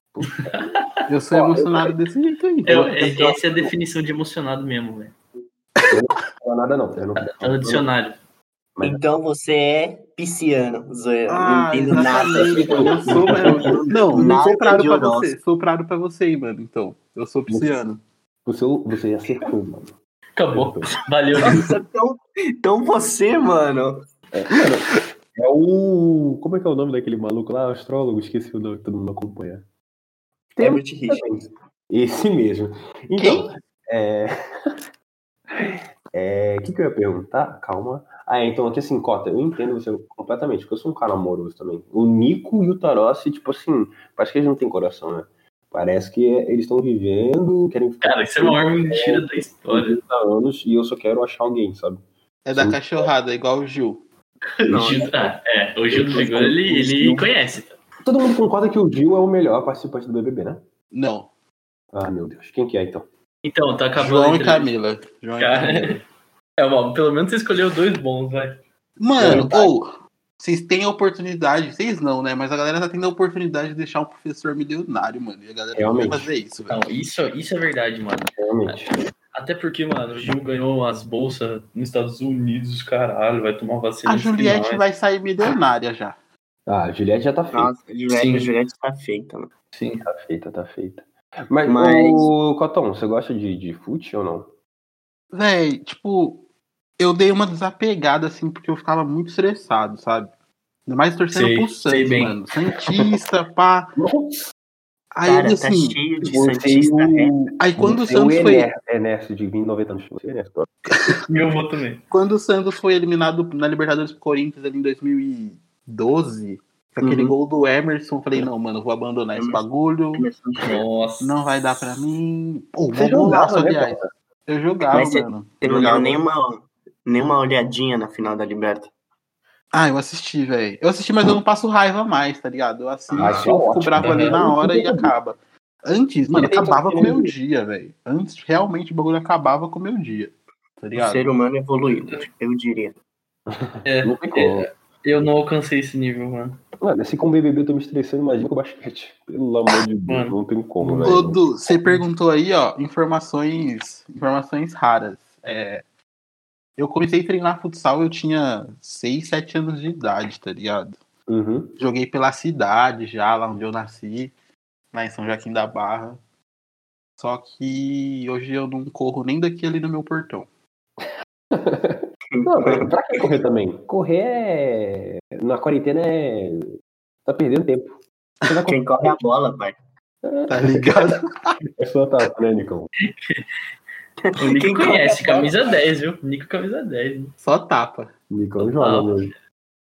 Eu sou Ó, emocionado desse jeito aí. Eu- tá? é- essa é a definição de emocionado mesmo, velho. Eu não falo nada, não. Eu não, Tá no dicionário. Mas- Então você é pisciano, zoeira. não Ah, entendo nada. exatamente, mano. Eu sou mesmo. Não, não Nada sopraram de pra horóscopo. você. Sopraram pra você aí, mano. Então, eu sou pisciano. Você, você acertou, mano. Acabou. Valeu. Nossa, então, então você, mano. Mano, é o. Como é que é o nome daquele maluco lá? Astrólogo? Esqueci o nome que todo mundo acompanha. Herbert Richards. Esse mesmo. Então, é. É. O que, que eu ia perguntar? Calma. Ah, é, então aqui assim, Cota, eu entendo você completamente, porque eu sou um cara amoroso também. O Nico e o Tarossi, tipo assim, parece que eles não têm coração, né? Parece que eles estão vivendo, querem ficar Cara, isso é a maior mentira da história. trinta anos e eu só quero achar alguém, sabe? É da Sim. cachorrada, igual o Gil. O Gil, ah, é, o Gil do Vigor, ele, ele conhece. Todo mundo concorda que o Gil é o melhor participante do B B B, né? Não. Ah, meu Deus. Quem que é, então? Então, tá acabando. João a e entrevista. Camila. João e Cara, Camila. é, bom, pelo menos você escolheu dois bons, vai. Mano, É ou, vocês têm a oportunidade, vocês não, né? Mas a galera tá tendo a oportunidade de deixar um professor milionário, mano. E a galera não Realmente. vai fazer isso, velho. Não, isso, isso é verdade, mano. Realmente. Até porque, mano, o Gil ganhou as bolsas nos Estados Unidos, caralho, vai tomar vacina. A no Juliette final, vai sair milionária já. Ah, a Juliette já tá feita. Nossa, a Juliette, Sim. a Juliette tá feita, mano. Sim. Tá feita, tá feita. Mas, Mas- ô, Cotão, você gosta de, de fute ou não? Véi, tipo, eu dei uma desapegada, assim, porque eu ficava muito estressado, sabe? Ainda mais torcendo Sei, pro sei Santos, bem. mano. Santista, pá. Aí, Cara, assim, tá cheio de Você e Santista é. o... aí quando o você e o Santos foi. Ener- Ernesto de vinte, noventa anos. Você, Ernesto. Meu avô também. Quando o Santos foi eliminado na Libertadores pro Corinthians ali em dois mil e doze, com aquele Uhum. gol do Emerson, eu falei, não, mano, eu vou abandonar esse bagulho. Nossa. Não vai dar pra mim. Pô, Você bom golaço, jogava, né, aliás. Cota? Eu jogava, Mas você- mano. Você não Jogava. deu nenhuma, nenhuma olhadinha na final da Liberta. Ah, eu assisti, velho. Eu assisti, mas eu não passo raiva mais, tá ligado? Eu assisto, Ah, isso é eu fico ótimo, bravo ali né? na hora e acaba. Antes, mano, Ele tem acabava que- com o meu dia, velho. Antes, realmente, o bagulho acabava com o meu dia. Tá O ligado? ser humano evoluído, eu diria. É, Não tem como. é, eu não alcancei esse nível, mano. Mano, se com o B B B eu tô me estressando, imagina com o basquete. Pelo amor de Deus, Mano. não tem como, Ô, velho. Du, você perguntou aí, ó, informações, informações raras. É, eu comecei a treinar futsal, eu tinha seis, sete anos de idade, tá ligado? Uhum. Joguei pela cidade já, lá onde eu nasci, lá em São Joaquim da Barra. Só que hoje eu não corro nem daqui ali no meu portão. Não, mas pra que correr também? Correr é... na quarentena é... tá perdendo tempo. Você vai Quem corre é a bola, pai. Tá ligado? É só tá, né, Nicão? O Nico Quem corre conhece, é a bola. camisa dez, viu? Nico camisa dez. Né? Só tapa. Nicão Total. joga mesmo.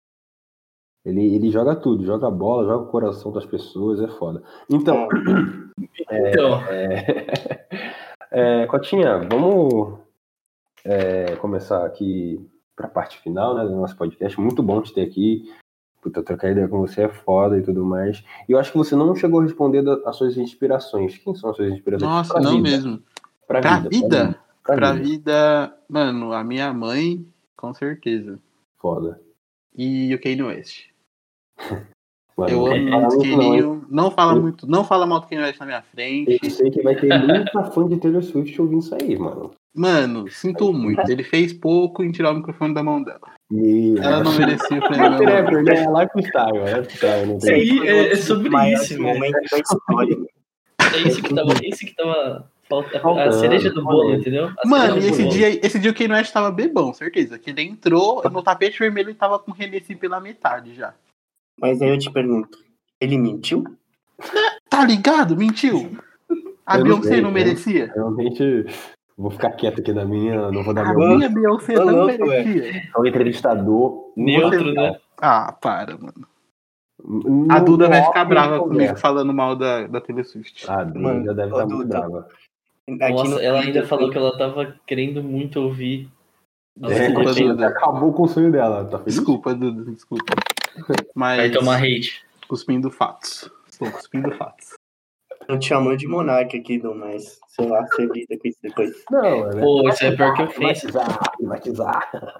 Ele, ele joga tudo, joga bola, joga o coração das pessoas, é foda. Então, Então, é, é, Cotinha, vamos é, começar aqui pra parte final, né, do nosso podcast. Muito bom te ter aqui. Puta, trocar ideia com você é foda e tudo mais. E eu acho que você não chegou a responder da- as suas inspirações. Quem são as suas inspirações? Nossa, Pra não vida. mesmo. Pra, Pra vida, vida? Pra, Pra vida. vida, mano, a minha mãe, com certeza. Foda. E o Kanye West. Mano, Eu não amo fala muito muito não, hein? Kenninho. Não fala Eu- muito, não fala mal do Kanye West na minha frente. Eu sei que vai ter muita fã de Taylor Swift ouvindo isso aí, mano. Mano, sinto muito. Ele fez pouco em tirar o microfone da mão dela. E... Ela não merecia o prêmio. É trapper, né? É lifestyle, é lifestyle. Não Isso tem... aí Foi é, um é dos sobre maiores isso, velho. momentos da história. É isso que tava. É isso que tava. Falta, a Faltando, cereja do bolo, faltando. entendeu? A Mano, cereja e do esse bolo. dia, esse dia o Kanye West tava bebão, certeza. Que ele entrou no tapete vermelho e tava com o Hennessy pela metade já. Mas aí eu te pergunto, ele mentiu? Tá ligado? Mentiu. A Eu não Beyoncé sei, não eu- merecia? Realmente, vou ficar quieto aqui na minha, não vou dar A meu minha Beyoncé Ô, não louco, merecia. Sou entrevistador. Neutro, né? Ah, para, mano. Não- A Duda vai não ficar off brava de comigo conversa. falando mal da, da Taylor Swift. A Duda Mano, já deve ô, estar muito Duda. brava. Aqui Nossa, no ela ainda Twitter, falou foi- que ela tava querendo muito ouvir. Nossa, É, Desculpa, Cotinha, Duda. acabou com o sonho dela, tá feliz? Desculpa, Duda, desculpa. Vai Mas tomar hate. cuspindo fatos. Estou cuspindo fatos. Eu te chamando de monarca aqui, Dom, mas sei lá, você lida com isso depois. Não, né? Pô, isso é pior que ofensa. Privatizar, privatizar.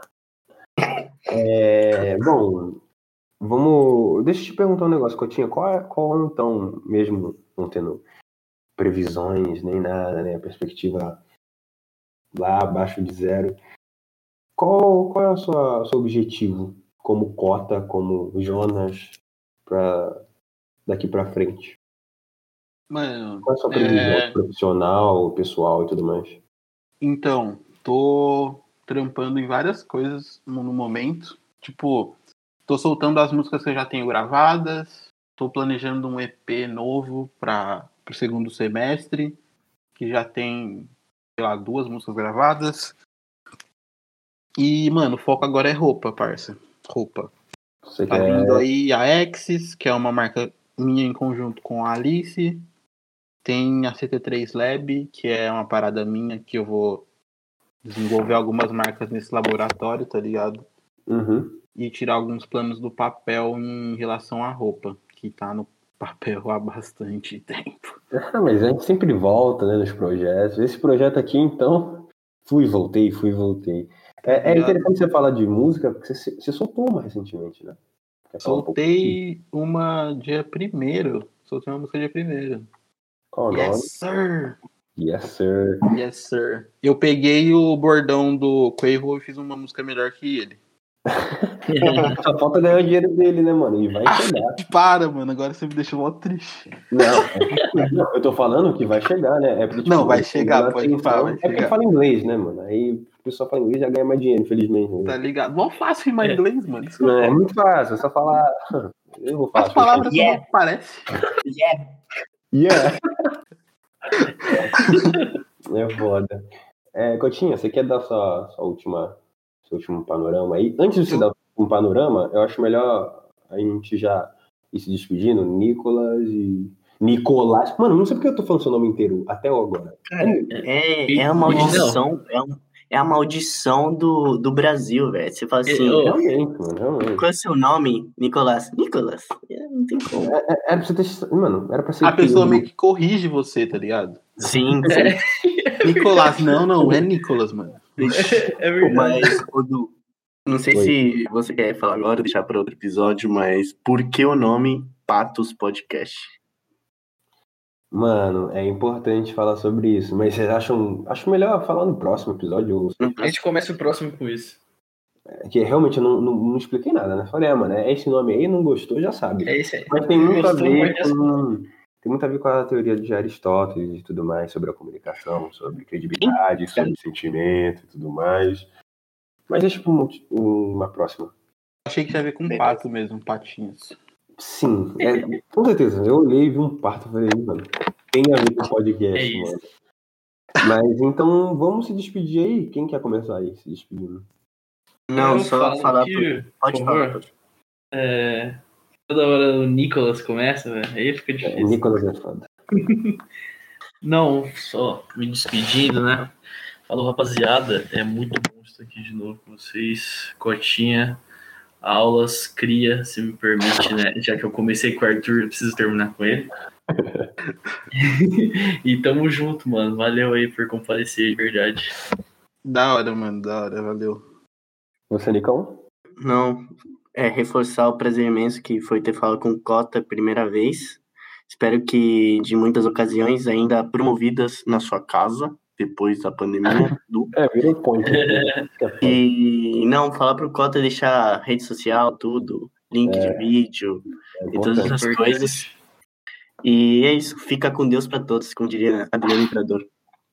É, bom, vamos. Deixa eu te perguntar um negócio, Cotinha. Qual é, qual então, mesmo não tendo previsões nem nada, né? A perspectiva lá abaixo de zero. Qual, qual é o sua- seu objetivo como Cota, como Jonas, pra daqui pra frente? Mano, Qual é a sua previsão é, profissional, pessoal e tudo mais? então, tô trampando em várias coisas no, no momento. Tipo, tô soltando as músicas que eu já tenho gravadas. Tô planejando um E P novo para o segundo semestre, que já tem, sei lá, duas músicas gravadas. E, mano, o foco agora é roupa, parça. Roupa. Você Tá quer... vindo aí a Axis, que é uma marca minha em conjunto com a Alice. Tem a C T três Lab, que é uma parada minha que eu vou desenvolver algumas marcas nesse laboratório, tá ligado? Uhum. E tirar alguns planos do papel em relação à roupa, que tá no papel há bastante tempo. Ah, mas a gente sempre volta, né, nos projetos. Esse projeto aqui, então, fui, voltei, fui, voltei. É, é interessante você falar de música, porque você, você soltou uma recentemente, né? Quer falar um pouco disso? Soltei uma dia primeiro. Soltei uma música dia primeiro. Qual o nome? Yes, sir! Yes, sir. Yes, sir. Eu peguei o bordão do Quavo e fiz uma música melhor que ele. Só falta ganhar o dinheiro dele, né, mano? E vai Ah, chegar. para, mano. Agora você me deixou mó triste. Não, é- não, eu tô falando que vai chegar, né? É porque, Não, vai eu tô chegar, dando pode atenção. falar, vai É porque chegar. fala inglês, né, mano? Aí o pessoal fala inglês e já ganha mais dinheiro, infelizmente. né? Tá ligado? Mó fácil rimar É. inglês, mano. Isso que Não, eu é falo. muito fácil, é só falar. Eu vou falar. As palavras Yeah. não parecem. Yeah. Yeah! É foda. É, Cotinha, você quer dar sua, sua última, seu último panorama aí? Antes de você Eu- dar um panorama, eu acho melhor a gente já ir se despedindo. Nicolas e. Nicolás. Mano, não sei porque eu tô falando seu nome inteiro até agora. Cara, é, é a maldição. É, um- é a maldição do, do Brasil, velho. Você fala assim, Eu- Realmente, mano, realmente. qual é o seu nome, Nicolás? Nicolas? É, não tem como. É- é- Era pra você ter. Mano, era pra ser. A pessoa Pedro. meio que corrige você, tá ligado? Sim, É, sim. Nicolás, não, não, é Nicolas, mano. é verdade. Mas, ô, Du, não sei Oi. se você quer falar agora ou deixar para outro episódio, mas por que o nome Patos Podcast? Mano, é importante falar sobre isso, mas vocês acham. Acho melhor falar no próximo episódio. A gente começa o próximo com isso. Que realmente eu não, não, não expliquei nada, né? Falei, ah, mano, é esse nome aí, não gostou, já sabe. É isso aí. Mas tem muito Gostou, a ver pode com. Tem muito a ver com a teoria de Aristóteles e tudo mais, sobre a comunicação, sobre credibilidade, sobre sentimento e tudo mais. Mas deixa pra uma, uma próxima. Achei que tinha a ver com um pato mesmo, patinhos. Sim, é, com certeza. Eu olhei e vi um parto e falei, mano, tem a ver com o podcast, É isso. mano. Mas então vamos se despedir aí. Quem quer começar aí se despedindo? Não, Eu só falo falar. que, Por... Pode por falar. favor. Pode. É, toda hora o Nicolas começa, velho. Aí fica É, difícil. Nicolas é foda. Não, só me despedindo, né? Falou, rapaziada. É muito bom estar aqui de novo com vocês. Cotinha, aulas, cria, se me permite, né? Já que eu comecei com o Arthur, eu preciso terminar com ele. E tamo junto, mano. Valeu aí por comparecer, de verdade. Da hora, mano, da hora, valeu. Você, Nicão? Não, é reforçar o prazer imenso que foi ter falado com o Cota a primeira vez. Espero que de muitas ocasiões ainda promovidas na sua casa, depois da pandemia. do... É, virou ponto. E não, falar pro Cota deixar rede social, tudo, link É, de vídeo é e todas importante. essas coisas. E é isso, fica com Deus pra todos, como diria Adriano Imperador.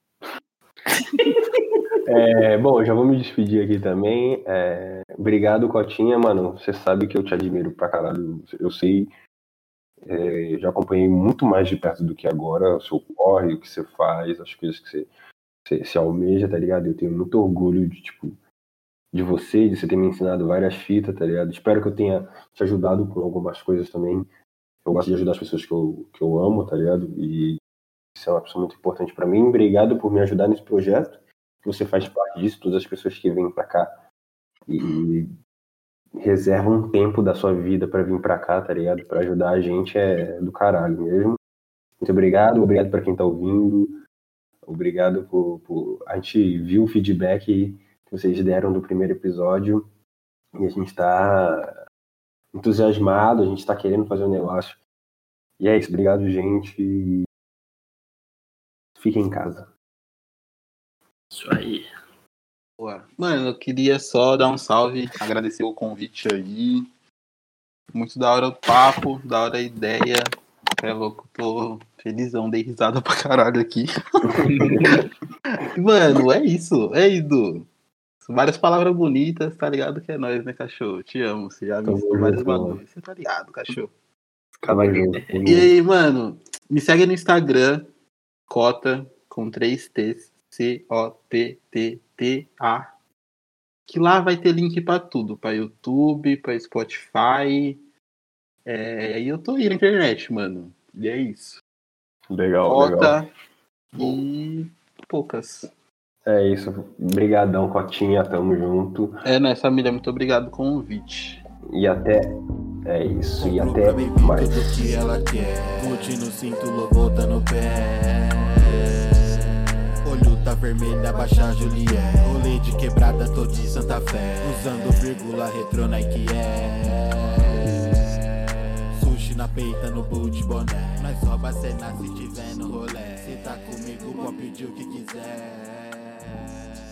É, bom, já vou me despedir aqui também. É, obrigado, Cotinha, mano. Você sabe que eu te admiro pra caralho. Eu sei, é, já acompanhei muito mais de perto do que agora. O seu corre, o que você faz, as coisas que você, você, você almeja, tá ligado? Eu tenho muito orgulho de, tipo, de você, de você ter me ensinado várias fitas, tá ligado? Espero que eu tenha te ajudado com algumas coisas também. Eu gosto de ajudar as pessoas que eu, que eu amo, tá ligado? E você é uma pessoa muito importante pra mim. Obrigado por me ajudar nesse projeto. Você faz parte disso, todas as pessoas que vêm pra cá e reservam um tempo da sua vida pra vir pra cá, tá ligado? Pra ajudar a gente é do caralho mesmo. Muito obrigado, obrigado pra quem tá ouvindo. Obrigado por, por... A gente viu o feedback que vocês deram do primeiro episódio e a gente tá entusiasmado, a gente tá querendo fazer um negócio. E é isso, obrigado, gente. Fiquem em casa. Isso aí. Boa. Mano, eu queria só dar um salve, agradecer o convite aí. Muito da hora o papo, da hora a ideia. É louco, tô felizão, dei risada pra caralho aqui. Mano, é isso, é isso. Várias palavras bonitas, tá ligado que é nóis, né, cachorro? Te amo, você já me ensinou vários bagulhos. Você tá ligado, cachorro? Tamo junto. E aí, mano, me segue no Instagram, Cota, com três T's, C O T T T A, que lá vai ter link pra tudo, pra YouTube, pra Spotify. É, e eu tô aí na internet, mano. E é isso. Legal, legal. Cota e poucas. É isso. Obrigadão, Cotinha. Tamo junto. É, né, família, muito obrigado pelo convite. E até... É isso. E Comprou até pra baby mais. tudo que ela quer. Boot no cinto, logo tá no pé. Olho tá vermelho, abaixa Juliette. Rolê de quebrada, tô de Santa Fé. Usando vírgula, retro Nike é. Sushi na peita, no boot, boné. Nós rouba cena se tiver no rolê. Se tá comigo, pode pedir o que quiser.